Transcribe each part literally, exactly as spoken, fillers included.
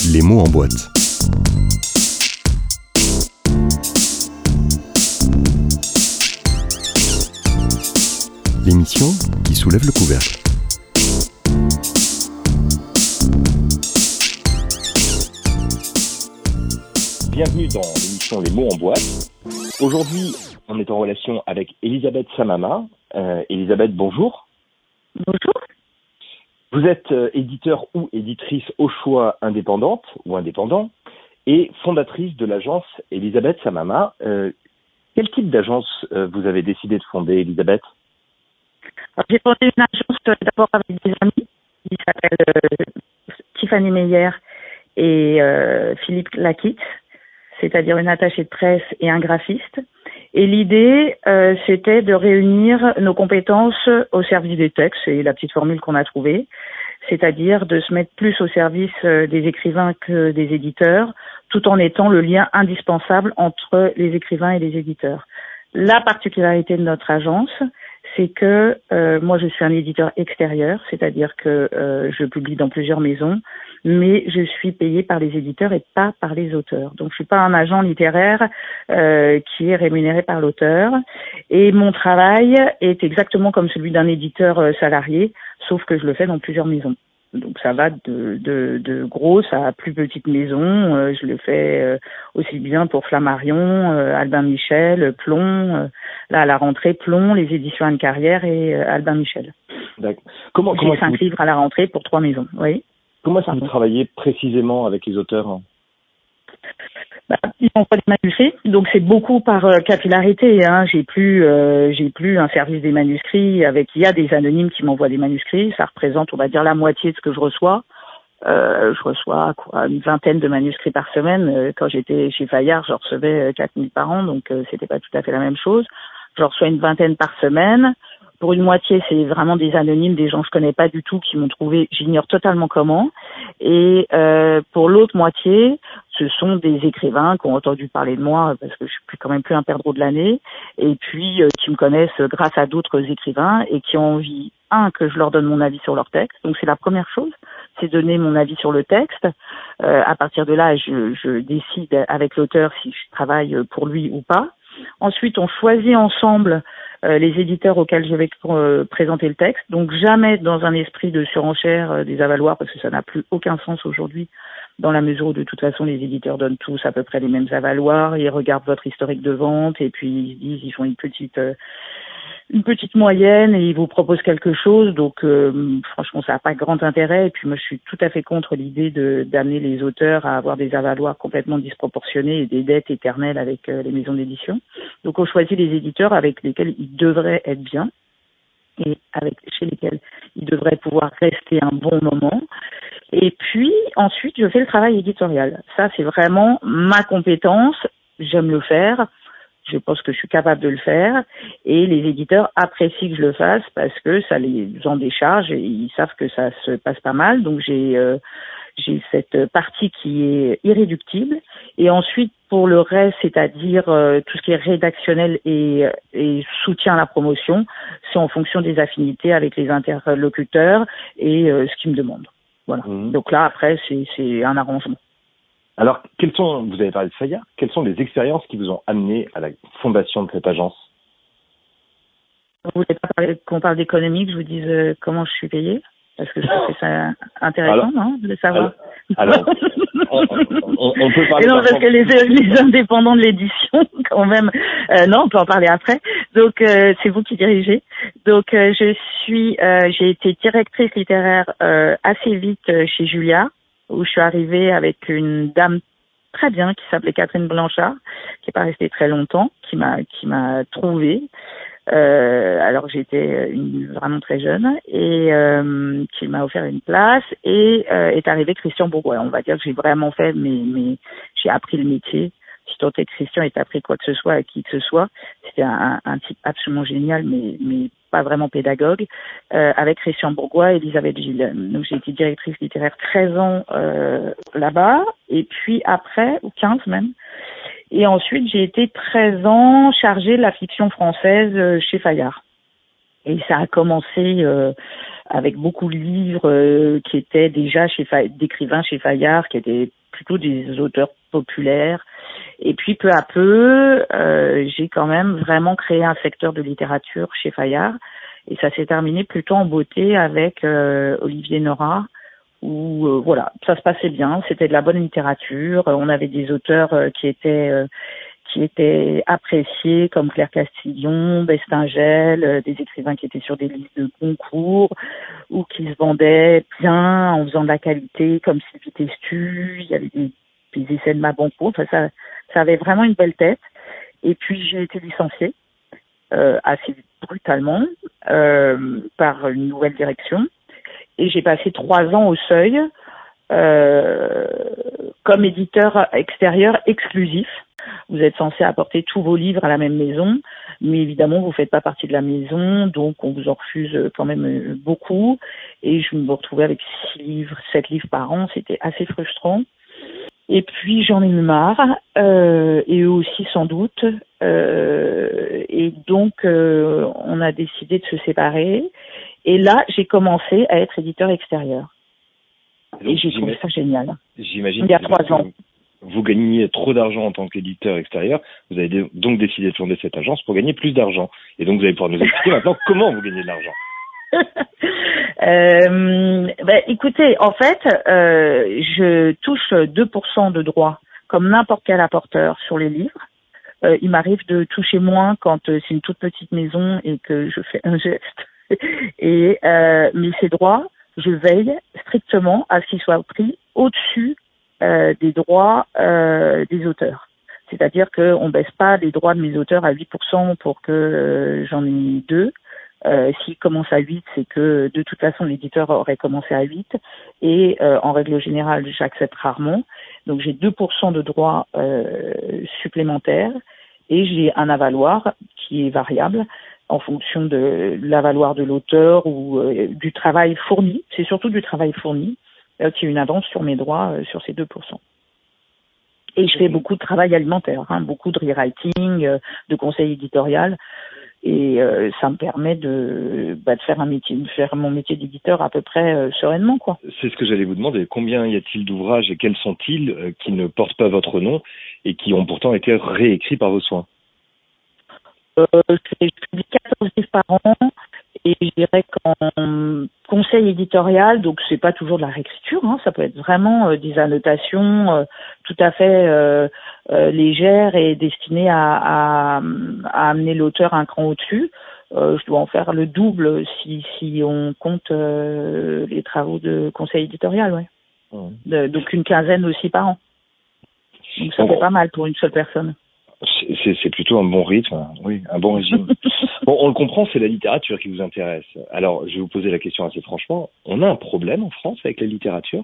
Les mots en boîte. L'émission qui soulève le couvercle. Bienvenue dans l'émission Les mots en boîte. Aujourd'hui, on est en relation avec Elisabeth Samama. Euh, Elisabeth, bonjour. Bonjour. Vous êtes euh, éditeur ou éditrice au choix indépendante ou indépendant et fondatrice de l'agence Elisabeth Samama. Euh, quel type d'agence euh, vous avez décidé de fonder, Elisabeth ? Alors, j'ai fondé une agence euh, d'abord avec des amis qui s'appellent euh, Tiffany Meyer et euh, Philippe Laquitte, c'est-à-dire une attachée de presse et un graphiste. Et l'idée, euh, c'était de réunir nos compétences au service des textes, c'est la petite formule qu'on a trouvée, c'est-à-dire de se mettre plus au service euh, des écrivains que des éditeurs, tout en étant le lien indispensable entre les écrivains et les éditeurs. La particularité de notre agence, c'est que euh, moi je suis un éditeur extérieur, c'est-à-dire que euh, je publie dans plusieurs maisons, mais je suis payée par les éditeurs et pas par les auteurs. Donc je suis pas un agent littéraire euh, qui est rémunéré par l'auteur. Et mon travail est exactement comme celui d'un éditeur euh, salarié, sauf que je le fais dans plusieurs maisons. Donc ça va de, de, de grosse à plus petite maison. Euh, je le fais euh, aussi bien pour Flammarion, euh, Albin Michel, Plomb. Euh, là à la rentrée, Plomb, les éditions Anne Carrière et euh, Albin Michel. D'accord. Comment, J'ai comment cinq vous, livres à la rentrée pour trois maisons. Oui. comment est-ce que vous travaillez précisément avec les auteurs ? Bah, ils m'envoient des manuscrits, donc c'est beaucoup par euh, capillarité. Hein. J'ai plus, euh, j'ai plus un service des manuscrits avec. Il y a des anonymes qui m'envoient des manuscrits. Ça représente, on va dire, la moitié de ce que je reçois. Euh, je reçois quoi, une vingtaine de manuscrits par semaine. Euh, quand j'étais chez Fayard, je recevais quatre mille par an, donc euh, c'était pas tout à fait la même chose. Je reçois une vingtaine par semaine. Pour une moitié, c'est vraiment des anonymes, des gens que je connais pas du tout, qui m'ont trouvé, j'ignore totalement comment. Et euh, pour l'autre moitié, ce sont des écrivains qui ont entendu parler de moi, parce que je suis plus, quand même plus un perdreau de l'année, et puis euh, qui me connaissent grâce à d'autres écrivains et qui ont envie, un, que je leur donne mon avis sur leur texte. Donc c'est la première chose, c'est donner mon avis sur le texte. Euh, à partir de là, je, je décide avec l'auteur si je travaille pour lui ou pas. Ensuite, on choisit ensemble euh, les éditeurs auxquels je vais euh, présenter le texte. Donc jamais dans un esprit de surenchère euh, des avaloirs, parce que ça n'a plus aucun sens aujourd'hui, dans la mesure où de toute façon les éditeurs donnent tous à peu près les mêmes avaloirs, ils regardent votre historique de vente et puis ils se disent, ils font une petite euh, une petite moyenne et ils vous proposent quelque chose. Donc euh, franchement, ça n'a pas grand intérêt. Et puis moi, je suis tout à fait contre l'idée de d'amener les auteurs à avoir des avaloirs complètement disproportionnés et des dettes éternelles avec euh, les maisons d'édition. Donc on choisit les éditeurs avec lesquels ils devraient être bien et avec chez lesquels ils devraient pouvoir rester un bon moment. Et puis ensuite, je fais le travail éditorial. Ça, c'est vraiment ma compétence. J'aime le faire. Je pense que je suis capable de le faire et les éditeurs apprécient que je le fasse parce que ça les en décharge et ils savent que ça se passe pas mal. Donc j'ai euh, j'ai cette partie qui est irréductible et ensuite pour le reste, c'est-à-dire euh, tout ce qui est rédactionnel et, et soutien à la promotion, c'est en fonction des affinités avec les interlocuteurs et euh, ce qu'ils me demandent. Voilà. Mmh. Donc là après c'est c'est un arrangement. Alors, quelles sont, vous avez parlé de Fayard, quelles sont les expériences qui vous ont amené à la fondation de cette agence ? Vous voulez pas parler, qu'on parle d'économie, que je vous dise euh, comment je suis payée ? Parce que je trouve que c'est intéressant, alors, non, de le savoir. Alors, alors on, on, on peut parler... Et non, parce que les, les indépendants de l'édition, quand même, euh, non, on peut en parler après. Donc, euh, c'est vous qui dirigez. Donc, euh, je suis, euh, j'ai été directrice littéraire euh, assez vite euh, chez Julia, où je suis arrivée avec une dame très bien qui s'appelait Catherine Blanchard, qui n'est pas restée très longtemps, qui m'a qui m'a trouvée, euh, alors que j'étais une, vraiment très jeune, et euh, qui m'a offert une place, et euh, est arrivé Christian Bourgois. On va dire que j'ai vraiment fait, mais, mais j'ai appris le métier. Si tant est que Christian ait appris quoi que ce soit à qui que ce soit, c'était un, un type absolument génial, mais, mais pas vraiment pédagogue, euh, avec Christian Bourgois et Elisabeth Gilles. Donc j'ai été directrice littéraire treize ans euh, là-bas, et puis après, ou quinze même, et ensuite j'ai été treize ans chargée de la fiction française euh, chez Fayard. Et ça a commencé euh, avec beaucoup de livres euh, qui étaient déjà chez Fa- d'écrivains chez Fayard, qui étaient plutôt des auteurs populaires. Et puis peu à peu, euh, j'ai quand même vraiment créé un secteur de littérature chez Fayard. Et ça s'est terminé plutôt en beauté avec euh, Olivier Nora, où euh, voilà, ça se passait bien, c'était de la bonne littérature. On avait des auteurs euh, qui étaient euh, qui étaient appréciés comme Claire Castillon, Bestingel, euh, des écrivains qui étaient sur des listes de concours ou qui se vendaient bien en faisant de la qualité, comme Sylvie Testu. Il y avait des, des essais de Mabanco. Enfin, ça, ça avait vraiment une belle tête. Et puis j'ai été licenciée euh, assez brutalement euh, par une nouvelle direction. Et j'ai passé trois ans au Seuil euh, comme éditeur extérieur exclusif. Vous êtes censé apporter tous vos livres à la même maison, mais évidemment, vous ne faites pas partie de la maison, donc on vous en refuse quand même beaucoup. Et je me retrouvais avec six livres, sept livres par an, c'était assez frustrant. Et puis j'en ai eu marre, euh, et eux aussi sans doute. Euh, et donc euh, on a décidé de se séparer. Et là, j'ai commencé à être éditeur extérieur. Et, donc, et j'ai trouvé ça génial. J'imagine. Il y a trois ans. Vous gagnez trop d'argent en tant qu'éditeur extérieur. Vous avez donc décidé de fonder cette agence pour gagner plus d'argent. Et donc vous allez pouvoir nous expliquer maintenant comment vous gagnez de l'argent. euh, ben, écoutez, en fait, euh, je touche deux pour cent de droits comme n'importe quel apporteur sur les livres. Euh, il m'arrive de toucher moins quand euh, c'est une toute petite maison et que je fais un geste. Et euh, mais ces droits, je veille strictement à ce qu'ils soient pris au-dessus euh, des droits euh, des auteurs. C'est-à-dire qu'on ne baisse pas les droits de mes auteurs à huit pour cent pour que euh, j'en ai deux. Euh, s'il commence à huit, c'est que de toute façon l'éditeur aurait commencé à huit. Et euh, en règle générale, j'accepte rarement. Donc j'ai deux pour cent de droits euh, supplémentaires et j'ai un avaloir qui est variable en fonction de l'avaloir de l'auteur ou euh, du travail fourni. C'est surtout du travail fourni euh, qui est une avance sur mes droits euh, sur ces deux pour cent. Et je fais beaucoup de travail alimentaire, hein, beaucoup de rewriting, euh, de conseil éditorial. Et euh, ça me permet de, bah, de faire un métier, de faire mon métier d'éditeur à peu près euh, sereinement, quoi. C'est ce que j'allais vous demander. Combien y a-t-il d'ouvrages et quels sont-ils euh, qui ne portent pas votre nom et qui ont pourtant été réécrits par vos soins? euh, Je publie quatorze livres par an et je dirais qu'en conseil éditorial, donc c'est pas toujours de la réécriture, hein, ça peut être vraiment euh, des annotations euh, tout à fait euh, euh, légères et destinées à, à, à amener l'auteur un cran au-dessus. Euh, je dois en faire le double si, si on compte euh, les travaux de conseil éditorial, ouais. Mmh. De, donc une quinzaine aussi par an. Donc ça bon. fait pas mal pour une seule personne. C'est, c'est plutôt un bon rythme, hein. Oui, un bon régime. Bon, on le comprend, c'est la littérature qui vous intéresse. Alors, je vais vous poser la question assez franchement. On a un problème en France avec la littérature?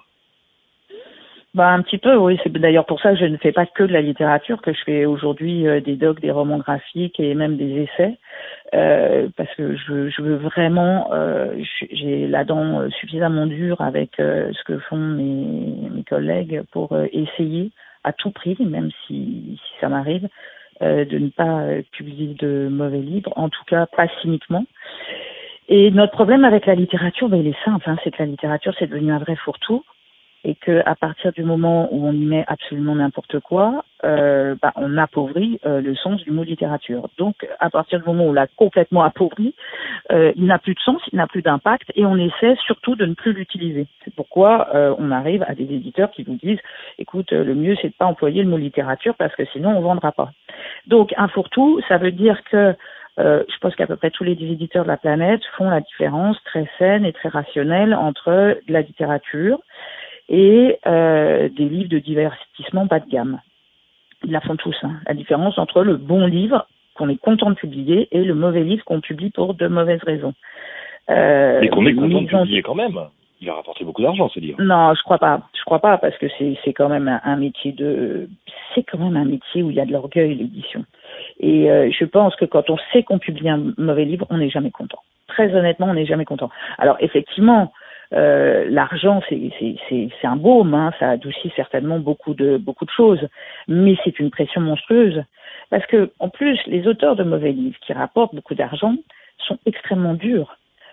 Bah un petit peu, oui. C'est d'ailleurs pour ça que je ne fais pas que de la littérature, que je fais aujourd'hui euh, des docs, des romans graphiques et même des essais, euh, parce que je, je veux vraiment, euh, j'ai la dent euh, suffisamment dure avec euh, ce que font mes, mes collègues pour euh, essayer à tout prix, même si, si ça m'arrive, euh, de ne pas euh, publier de mauvais livres, en tout cas pas cyniquement. Et notre problème avec la littérature, ben, il est simple, hein, c'est que la littérature c'est devenu un vrai fourre-tout, et que à partir du moment où on y met absolument n'importe quoi, euh, bah, on appauvrit euh, le sens du mot littérature. Donc à partir du moment où on l'a complètement appauvri, euh, il n'a plus de sens, il n'a plus d'impact, et on essaie surtout de ne plus l'utiliser. C'est pourquoi euh, on arrive à des éditeurs qui vous disent écoute, le mieux c'est de pas employer le mot littérature parce que sinon on vendra pas. Donc un fourre-tout, ça veut dire que Euh, je pense qu'à peu près tous les éditeurs de la planète font la différence très saine et très rationnelle entre la littérature et euh, des livres de divertissement bas de gamme. Ils la font tous, hein. La différence entre le bon livre qu'on est content de publier et le mauvais livre qu'on publie pour de mauvaises raisons. Euh, Mais qu'on est content de publier quand même. Il a rapporté beaucoup d'argent, ce livre. Non, je crois pas. Je crois pas parce que c'est, c'est quand même un, un métier de, c'est quand même un métier où il y a de l'orgueil, l'édition. Et euh, je pense que quand on sait qu'on publie un mauvais livre, on n'est jamais content. Très honnêtement, on n'est jamais content. Alors effectivement, euh, l'argent, c'est, c'est, c'est, c'est un baume, hein, ça adoucit certainement beaucoup de, beaucoup de choses, mais c'est une pression monstrueuse parce que en plus, les auteurs de mauvais livres qui rapportent beaucoup d'argent sont extrêmement durs.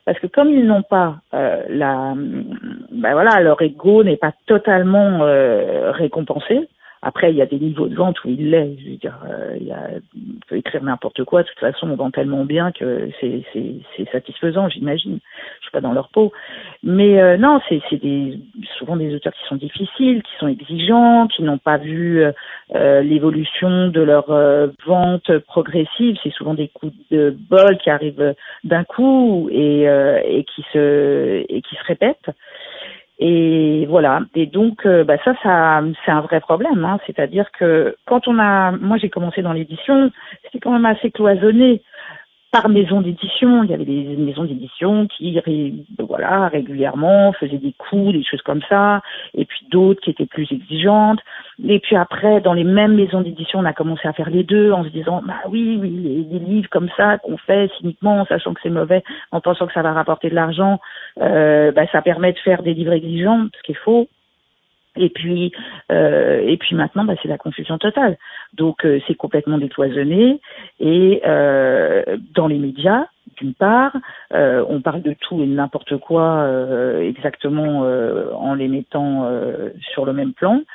parce que comme ils n'ont pas euh, la, ben voilà, leur ego n'est pas totalement euh, récompensé. Après, il y a des niveaux de vente où il l'est. Je veux dire, euh, il y a, on peut écrire n'importe quoi. De toute façon, on vend tellement bien que c'est, c'est, c'est satisfaisant, j'imagine. Je suis pas dans leur peau. Mais euh, non, c'est, c'est des, souvent des auteurs qui sont difficiles, qui sont exigeants, qui n'ont pas vu euh, l'évolution de leur euh, vente progressive. C'est souvent des coups de bol qui arrivent d'un coup et, euh, et qui se et qui se répètent. Et voilà. Et donc, euh, bah ça, ça, c'est un vrai problème. Hein. C'est-à-dire que quand on a, moi, j'ai commencé dans l'édition, c'était quand même assez cloisonné par maison d'édition. Il y avait des maisons d'édition qui, voilà, régulièrement faisaient des coups, des choses comme ça, et puis d'autres qui étaient plus exigeantes. Et puis après, dans les mêmes maisons d'édition, on a commencé à faire les deux en se disant, bah oui, oui, les, les livres comme ça qu'on fait cyniquement, en sachant que c'est mauvais, en pensant que ça va rapporter de l'argent, euh, bah ça permet de faire des livres exigeants, ce qui est faux. Et puis, euh, et puis maintenant, bah, c'est la confusion totale. Donc, euh, c'est complètement décloisonné. Et euh, dans les médias, d'une part, euh, on parle de tout et de n'importe quoi euh, exactement euh, en les mettant euh, sur le même plan.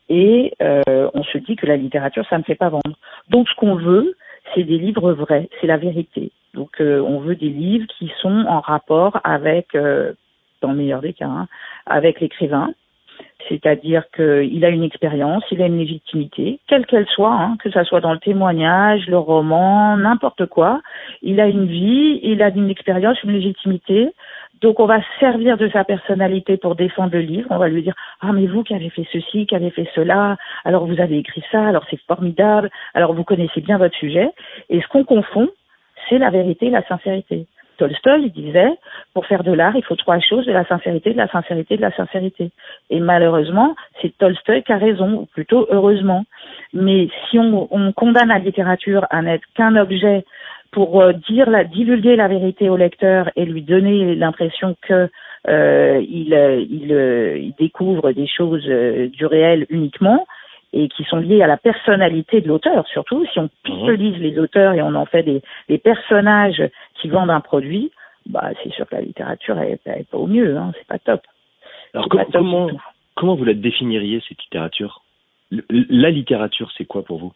Et euh, on se dit que la littérature, ça ne fait pas vendre. Donc, ce qu'on veut, c'est des livres vrais, c'est la vérité. Donc, euh, on veut des livres qui sont en rapport avec, euh, dans le meilleur des cas, hein, avec l'écrivain. C'est-à-dire qu'il a une expérience, il a une légitimité, quelle qu'elle soit, hein, que ça soit dans le témoignage, le roman, n'importe quoi. Il a une vie, il a une expérience, une légitimité. Donc on va servir de sa personnalité pour défendre le livre. On va lui dire « Ah mais vous qui avez fait ceci, qui avez fait cela, alors vous avez écrit ça, alors c'est formidable, alors vous connaissez bien votre sujet. » Et ce qu'on confond, c'est la vérité et la sincérité. Tolstoï, il disait, pour faire de l'art, il faut trois choses, de la sincérité, de la sincérité, de la sincérité. Et malheureusement, c'est Tolstoï qui a raison, ou plutôt heureusement. Mais si on, on condamne la littérature à n'être qu'un objet pour euh, dire la, divulguer la vérité au lecteur et lui donner l'impression que euh, il, il, il découvre des choses euh, du réel uniquement, et qui sont liés à la personnalité de l'auteur, surtout. Si on pistolise les auteurs et on en fait des, des personnages qui vendent un produit, bah c'est sûr que la littérature est, est pas au mieux, hein, c'est pas top. Alors com- top comment comment vous la définiriez, cette littérature? Le, La littérature, c'est quoi pour vous?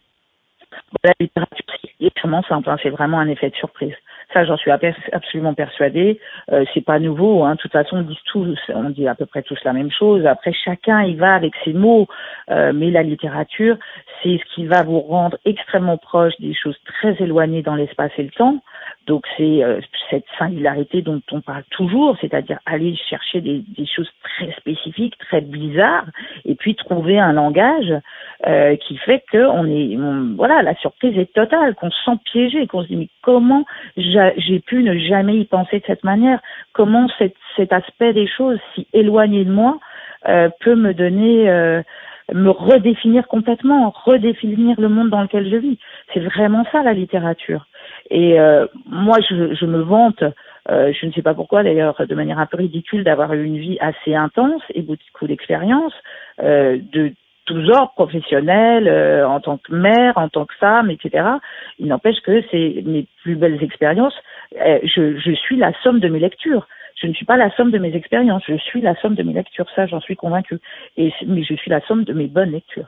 La littérature, c'est extrêmement simple, hein, c'est vraiment un effet de surprise. Ça, j'en suis absolument persuadée. Euh, c'est pas nouveau, hein. De toute façon, on dit tous, on dit à peu près tous la même chose. Après, chacun y va avec ses mots. Euh, mais la littérature, c'est ce qui va vous rendre extrêmement proche des choses très éloignées dans l'espace et le temps. Donc, c'est euh, cette singularité dont on parle toujours, c'est-à-dire aller chercher des, des choses très spécifiques, très bizarres, et puis trouver un langage euh, qui fait que on est, on, voilà, la surprise est totale, qu'on se sent piégé, qu'on se dit mais comment j'ai pu ne jamais y penser de cette manière? Comment cet, cet aspect des choses si éloigné de moi euh, peut me donner, euh, me redéfinir complètement, redéfinir le monde dans lequel je vis? C'est vraiment ça la littérature. Et euh, moi, je, je me vante, euh, je ne sais pas pourquoi d'ailleurs, de manière un peu ridicule, d'avoir eu une vie assez intense et beaucoup d'expérience, euh, de tous ordres, professionnels, euh, en tant que mère, en tant que femme, et cetera. Il n'empêche que c'est mes plus belles expériences. Euh, je, je suis la somme de mes lectures. Je ne suis pas la somme de mes expériences. Je suis la somme de mes lectures. Ça, j'en suis convaincue. Et mais je suis la somme de mes bonnes lectures.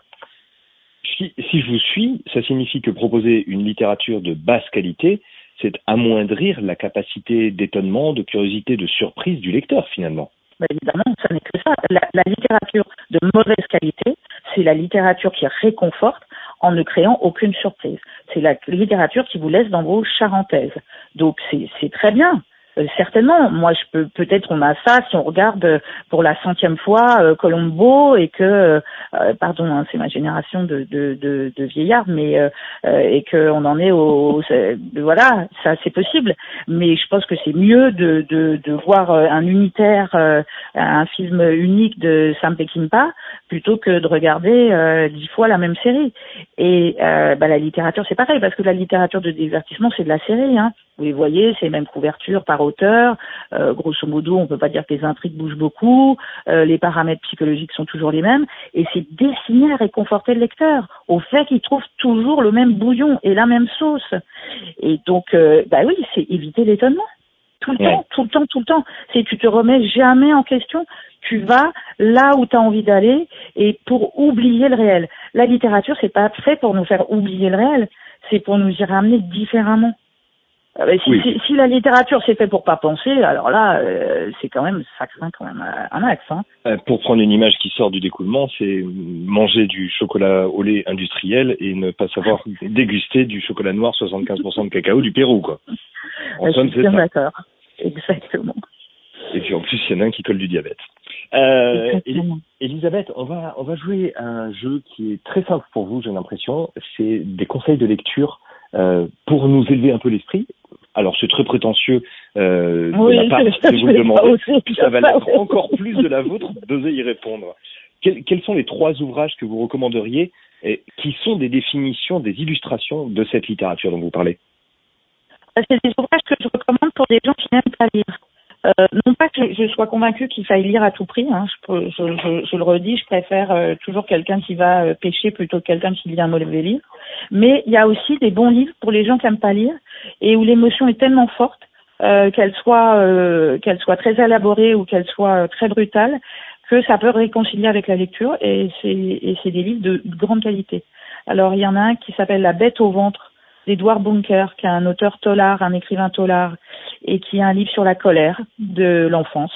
Si, si je vous suis, ça signifie que proposer une littérature de basse qualité, c'est amoindrir la capacité d'étonnement, de curiosité, de surprise du lecteur, finalement. Ben évidemment, ça n'est que ça. La, la littérature de mauvaise qualité, c'est la littérature qui réconforte en ne créant aucune surprise. C'est la littérature qui vous laisse dans vos charentaises. Donc c'est, c'est très bien. Euh, certainement, moi je peux peut-être on a ça si on regarde pour la centième fois euh, Colombo et que euh, pardon hein, c'est ma génération de de de, de vieillards mais euh, et que on en est au, au voilà ça c'est possible mais je pense que c'est mieux de de de voir un unitaire euh, un film unique de Sam Peckinpah plutôt que de regarder euh, dix fois la même série et euh, bah, la littérature c'est pareil parce que la littérature de divertissement c'est de la série hein. Vous les voyez, c'est les mêmes couvertures par auteur. Euh, grosso modo, on peut pas dire que les intrigues bougent beaucoup. Euh, les paramètres psychologiques sont toujours les mêmes. Et c'est destiné à réconforter le lecteur au fait qu'il trouve toujours le même bouillon et la même sauce. Et donc, euh, bah oui, c'est éviter l'étonnement. Tout le Ouais. temps, tout le temps, tout le temps. C'est tu te remets jamais en question. Tu vas là où tu as envie d'aller et pour oublier le réel. La littérature, c'est pas fait pour nous faire oublier le réel, c'est pour nous y ramener différemment. Euh, si, Oui. si, si la littérature c'est fait pour pas penser, alors là, euh, c'est quand même, ça craint quand même un axe. Hein. Euh, pour prendre une image qui sort du découlement, c'est manger du chocolat au lait industriel et ne pas savoir déguster du chocolat noir soixante-quinze pour cent de cacao du Pérou, quoi. En Euh, somme, je suis c'est bien ça. d'accord. Exactement. Et puis en plus, il y en a un qui colle du diabète. Euh, Exactement. Elisabeth, on va on va jouer à un jeu qui est très simple pour vous, j'ai l'impression. C'est des conseils de lecture euh, pour nous élever un peu l'esprit. Alors c'est très prétentieux euh, de Oui, ma part je- si je vous le vais pas demandez, oser puis ça va dire ça, l'être ouais. encore plus de la vôtre d'oser y répondre. Quels, quels sont les trois ouvrages que vous recommanderiez et qui sont des définitions, des illustrations de cette littérature dont vous parlez? C'est des ouvrages que je recommande pour des gens qui n'aiment pas lire. Euh, non pas que je, je sois convaincue qu'il faille lire à tout prix, hein, je, peux- je, je, je le redis, je préfère euh, toujours quelqu'un qui va euh, pêcher plutôt que quelqu'un qui lit un mauvais livre. Mais il y a aussi des bons livres pour les gens qui n'aiment pas lire et où l'émotion est tellement forte, euh, qu'elle soit euh, qu'elle soit très élaborée ou qu'elle soit euh, très brutale, que ça peut réconcilier avec la lecture et c'est et c'est des livres de, de grande qualité. Alors il y en a un qui s'appelle La bête au ventre d'Edouard Bunker, qui est un auteur tolard, un écrivain tolard, et qui a un livre sur la colère de l'enfance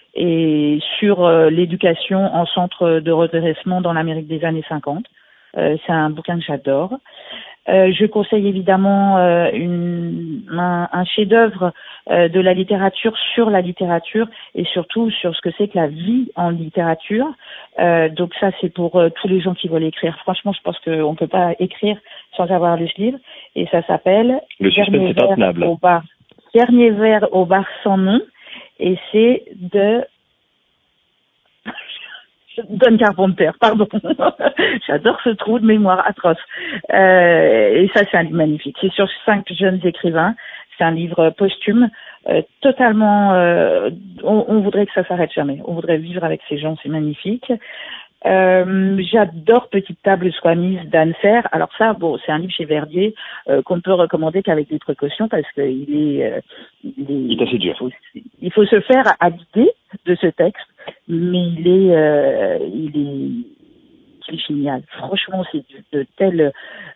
et sur euh, l'éducation en centre de redressement dans l'Amérique des années cinquante. Euh, c'est un bouquin que j'adore. Euh, je conseille évidemment euh, une, un, un chef-d'œuvre euh, de la littérature sur la littérature et surtout sur ce que c'est que la vie en littérature. Euh, donc ça, c'est pour euh, tous les gens qui veulent écrire. Franchement, je pense qu'on ne peut pas écrire sans avoir lu ce livre. Et ça s'appelle Le suspense Dernier est verre intenable. au bar. Dernier verre au bar sans nom. Et c'est de Don Carpenter, pardon. J'adore ce trou de mémoire atroce. Euh, et ça, c'est un livre magnifique. C'est sur cinq jeunes écrivains. C'est un livre posthume, euh, totalement. Euh, on, on voudrait que ça s'arrête jamais. On voudrait vivre avec ces gens. C'est magnifique. Euh, j'adore Petite table soit mise d'Anne Serre. Alors ça, bon, c'est un livre chez Verdier euh, qu'on ne peut recommander qu'avec des précautions parce qu'il est, euh, il est, Il est assez dur. Il faut, il faut se faire à l'idée de ce texte, mais il est, euh, il est, il est génial. Franchement, c'est de, de tel,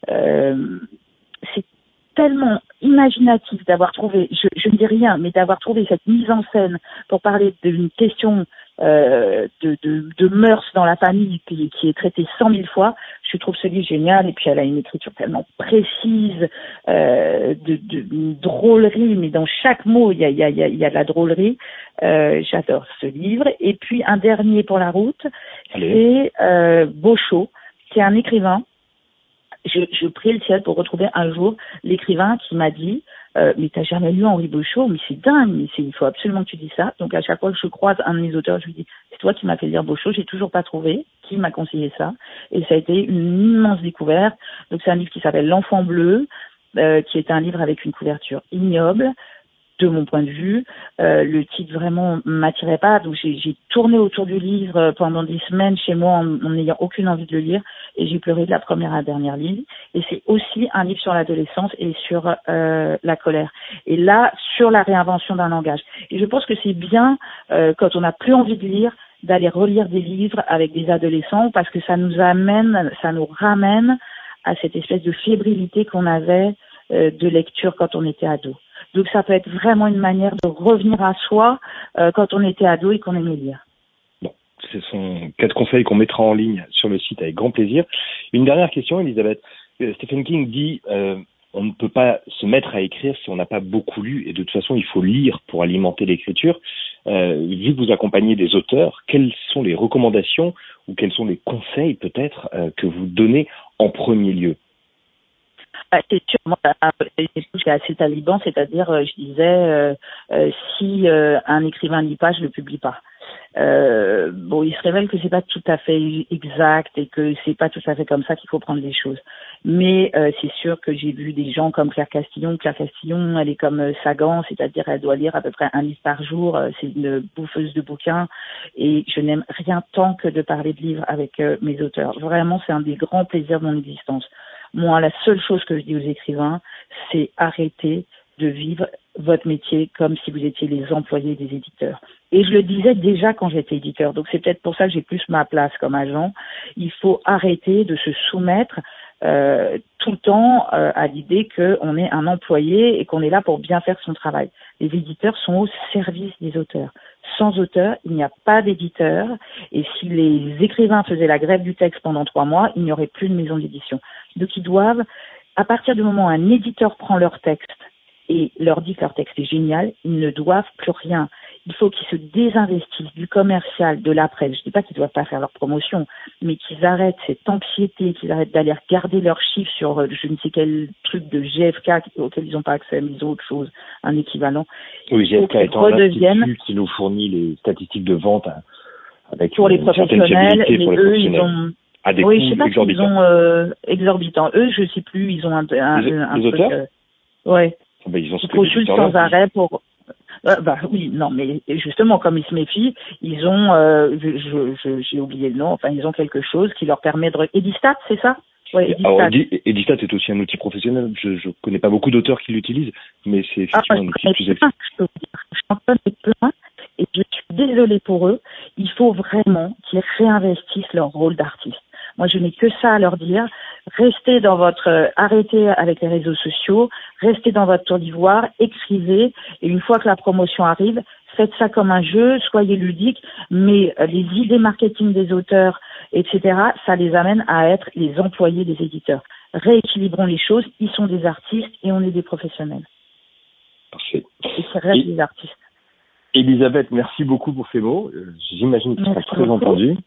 euh, c'est tellement imaginatif d'avoir trouvé, je, je ne dis rien, mais d'avoir trouvé cette mise en scène pour parler d'une question euh, de, de, de mœurs dans la famille qui, qui est traitée cent mille fois. Je trouve ce livre génial et puis elle a une écriture tellement précise, euh, de, de, de drôlerie, mais dans chaque mot il y a, il y a, il y a, il y a de la drôlerie. Euh, j'adore ce livre. Et puis un dernier pour la route, Allez. c'est euh, Beauchot, qui est un écrivain. Je, je prie le ciel pour retrouver un jour l'écrivain qui m'a dit euh, mais t'as jamais lu Henri Beauchot, mais c'est dingue, mais c'est, il faut absolument que tu dises ça. Donc à chaque fois que je croise un de mes auteurs, je lui dis c'est toi qui m'as fait lire Beauchot, j'ai toujours pas trouvé qui m'a conseillé ça et ça a été une immense découverte. Donc c'est un livre qui s'appelle L'Enfant bleu, euh, qui est un livre avec une couverture ignoble. De mon point de vue, euh, le titre vraiment m'attirait pas, donc j'ai, j'ai tourné autour du livre pendant des semaines chez moi en, en n'ayant aucune envie de le lire, et j'ai pleuré de la première à la dernière ligne. Et c'est aussi un livre sur l'adolescence et sur euh, la colère. Et là, sur la réinvention d'un langage. Et je pense que c'est bien euh, quand on n'a plus envie de lire, d'aller relire des livres avec des adolescents, parce que ça nous amène, ça nous ramène à cette espèce de fébrilité qu'on avait euh, de lecture quand on était ado. Donc ça peut être vraiment une manière de revenir à soi euh, quand on était ado et qu'on aimait lire. Bon, ce sont quatre conseils qu'on mettra en ligne sur le site avec grand plaisir. Une dernière question, Elisabeth. Euh, Stephen King dit euh, on ne peut pas se mettre à écrire si on n'a pas beaucoup lu, et de toute façon il faut lire pour alimenter l'écriture. Euh, vu que vous accompagnez des auteurs, quelles sont les recommandations ou quels sont les conseils peut-être euh, que vous donnez en premier lieu? C'est sûr, moi, j'ai assez taliban, c'est-à-dire, je disais, euh, euh, si euh, un écrivain ne lit pas, je le publie pas. Euh, bon, il se révèle que c'est pas tout à fait exact et que c'est pas tout à fait comme ça qu'il faut prendre les choses. Mais euh, c'est sûr que j'ai vu des gens comme Claire Castillon. Claire Castillon, elle est comme euh, Sagan, c'est-à-dire elle doit lire à peu près un livre par jour. Euh, c'est une bouffeuse de bouquins et je n'aime rien tant que de parler de livres avec euh, mes auteurs. Vraiment, c'est un des grands plaisirs de mon existence. Moi, la seule chose que je dis aux écrivains, c'est arrêtez de vivre votre métier comme si vous étiez les employés des éditeurs. Et je le disais déjà quand j'étais éditeur, donc c'est peut-être pour ça que j'ai plus ma place comme agent. Il faut arrêter de se soumettre euh, tout le temps euh, à l'idée qu'on est un employé et qu'on est là pour bien faire son travail. Les éditeurs sont au service des auteurs. Sans auteur, il n'y a pas d'éditeur. Et si les écrivains faisaient la grève du texte pendant trois mois, il n'y aurait plus de maison d'édition. Donc ils doivent, à partir du moment où un éditeur prend leur texte et leur dit que leur texte est génial, ils ne doivent plus rien. Il faut qu'ils se désinvestissent du commercial, de la presse. Je ne dis pas qu'ils ne doivent pas faire leur promotion, mais qu'ils arrêtent cette anxiété, qu'ils arrêtent d'aller regarder leurs chiffres sur euh, je ne sais quel truc de G F K auquel ils n'ont pas accès, mais ils ont autre chose, un équivalent. Oui, G F K étant l'institut qui nous fournit les statistiques de vente hein, avec pour les professionnels, mais pour les eux, professionnels. ils ont... À des oui, coûts je sais pas exorbitants. Ils ont euh, exorbitants. Eux, je sais plus, ils ont un, un, les, un les truc. auteurs Euh, ouais. Ben, ils ont Ils consultent sans arrêt pour. Euh, bah oui, non, mais justement, comme ils se méfient, ils ont, euh, je, je, je, j'ai oublié le nom. Enfin, ils ont quelque chose qui leur permet de. Edistat, c'est ça? Ouais, Edistat. Alors, Edistat est aussi un outil professionnel. Je ne connais pas beaucoup d'auteurs qui l'utilisent, mais c'est effectivement ah, un outil plus efficace. Je peux vous dire, j'en connais plein. Et je suis désolée pour eux. Il faut vraiment qu'ils réinvestissent leur rôle d'artiste. Moi, je n'ai que ça à leur dire. Restez dans votre, euh, arrêtez avec les réseaux sociaux, restez dans votre tour d'ivoire, écrivez, et une fois que la promotion arrive, faites ça comme un jeu, soyez ludique, mais euh, les idées marketing des auteurs, et cetera, ça les amène à être les employés des éditeurs. Rééquilibrons les choses, ils sont des artistes et on est des professionnels. Parfait. Et qui restent et... des artistes. Elisabeth, merci beaucoup pour ces mots. J'imagine qu'ils seront très beaucoup. entendus.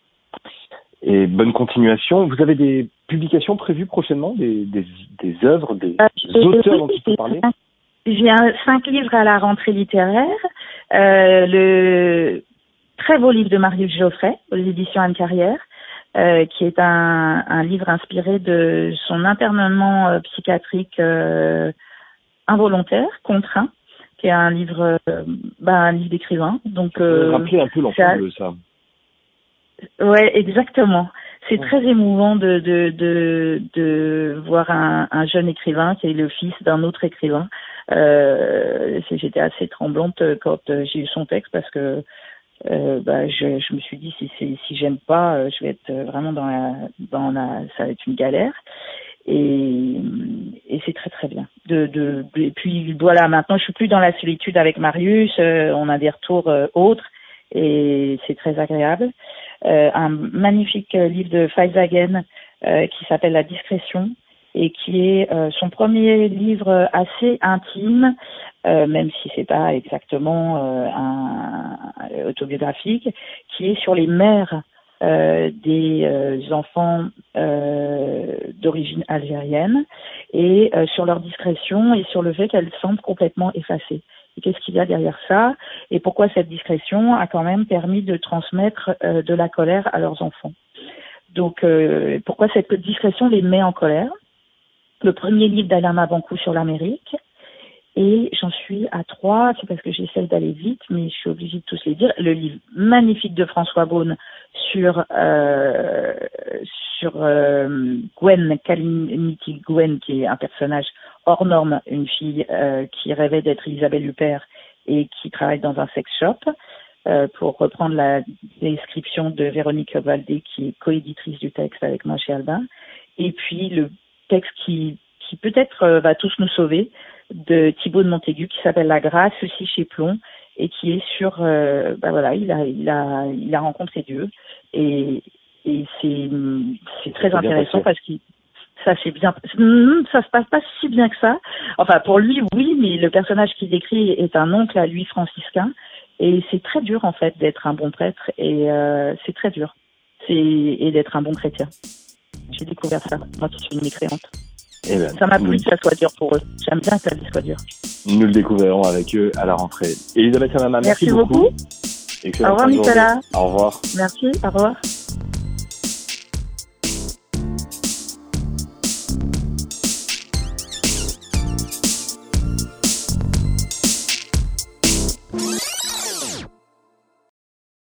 Et bonne continuation. Vous avez des publications prévues prochainement, des, des, des œuvres, des euh, auteurs dont tu peux parler? J'ai un, cinq livres à la rentrée littéraire. Euh, le très beau livre de Marius Geoffrey, aux éditions Anne Carrière, euh, qui est un, un livre inspiré de son internement euh, psychiatrique euh, involontaire, contraint, qui est un livre, euh, bah, un livre d'écrivain. Donc, euh, rappelez un peu l'ensemble de ça. Ouais, exactement. C'est très émouvant de de de, de voir un, un jeune écrivain qui est le fils d'un autre écrivain. Euh, j'étais assez tremblante quand j'ai eu son texte parce que euh, bah, je, je me suis dit si c'est si j'aime pas, je vais être vraiment dans la dans la ça va être une galère. Et, et c'est très très bien. De, de, de et puis voilà, maintenant je suis plus dans la solitude avec Marius. Euh, on a des retours euh, autres et c'est très agréable. Euh, un magnifique livre de Feisagen euh, qui s'appelle La discrétion et qui est euh, son premier livre assez intime, euh, même si c'est pas exactement euh, un, un autobiographique, qui est sur les mères euh, des euh, enfants euh, d'origine algérienne et euh, sur leur discrétion et sur le fait qu'elles semblent complètement effacées. Et qu'est-ce qu'il y a derrière ça? Et pourquoi cette discrétion a quand même permis de transmettre euh, de la colère à leurs enfants? Donc, euh, pourquoi cette discrétion les met en colère? Le premier livre d'Alain Mabancou sur l'Amérique. Et j'en suis à trois, c'est parce que j'essaie d'aller vite, mais je suis obligée de tous les dire. Le livre magnifique de François Beaune sur euh, sur euh, Gwen Kaliniti, Gwen qui est un personnage hors norme, une fille euh, qui rêvait d'être Isabelle Huppert et qui travaille dans un sex shop, euh, pour reprendre la description de Véronique Valdé, qui est coéditrice du texte avec moi chez Albin. Et puis le texte qui, qui peut-être euh, va tous nous sauver, de Thibaut de Montaigu, qui s'appelle La Grâce, aussi chez Plomb, et qui est sur, euh, bah voilà, il a, il a, il a rencontré Dieu, et, et c'est, c'est très intéressant parce que ça c'est bien, ça se passe pas si bien que ça. Enfin, pour lui, oui, mais le personnage qu'il décrit est un oncle à lui franciscain, et c'est très dur en fait d'être un bon prêtre, et euh, c'est très dur, c'est et d'être un bon chrétien. J'ai découvert ça, moi qui suis une mécréante. Eh ben, ça m'a plu que ça soit dur pour eux. J'aime bien que ça soit dur. Nous le découvrirons avec eux à la rentrée. Elisabeth Samama, merci, merci beaucoup. beaucoup. Au revoir, Nicolas. Au revoir. Merci, au revoir.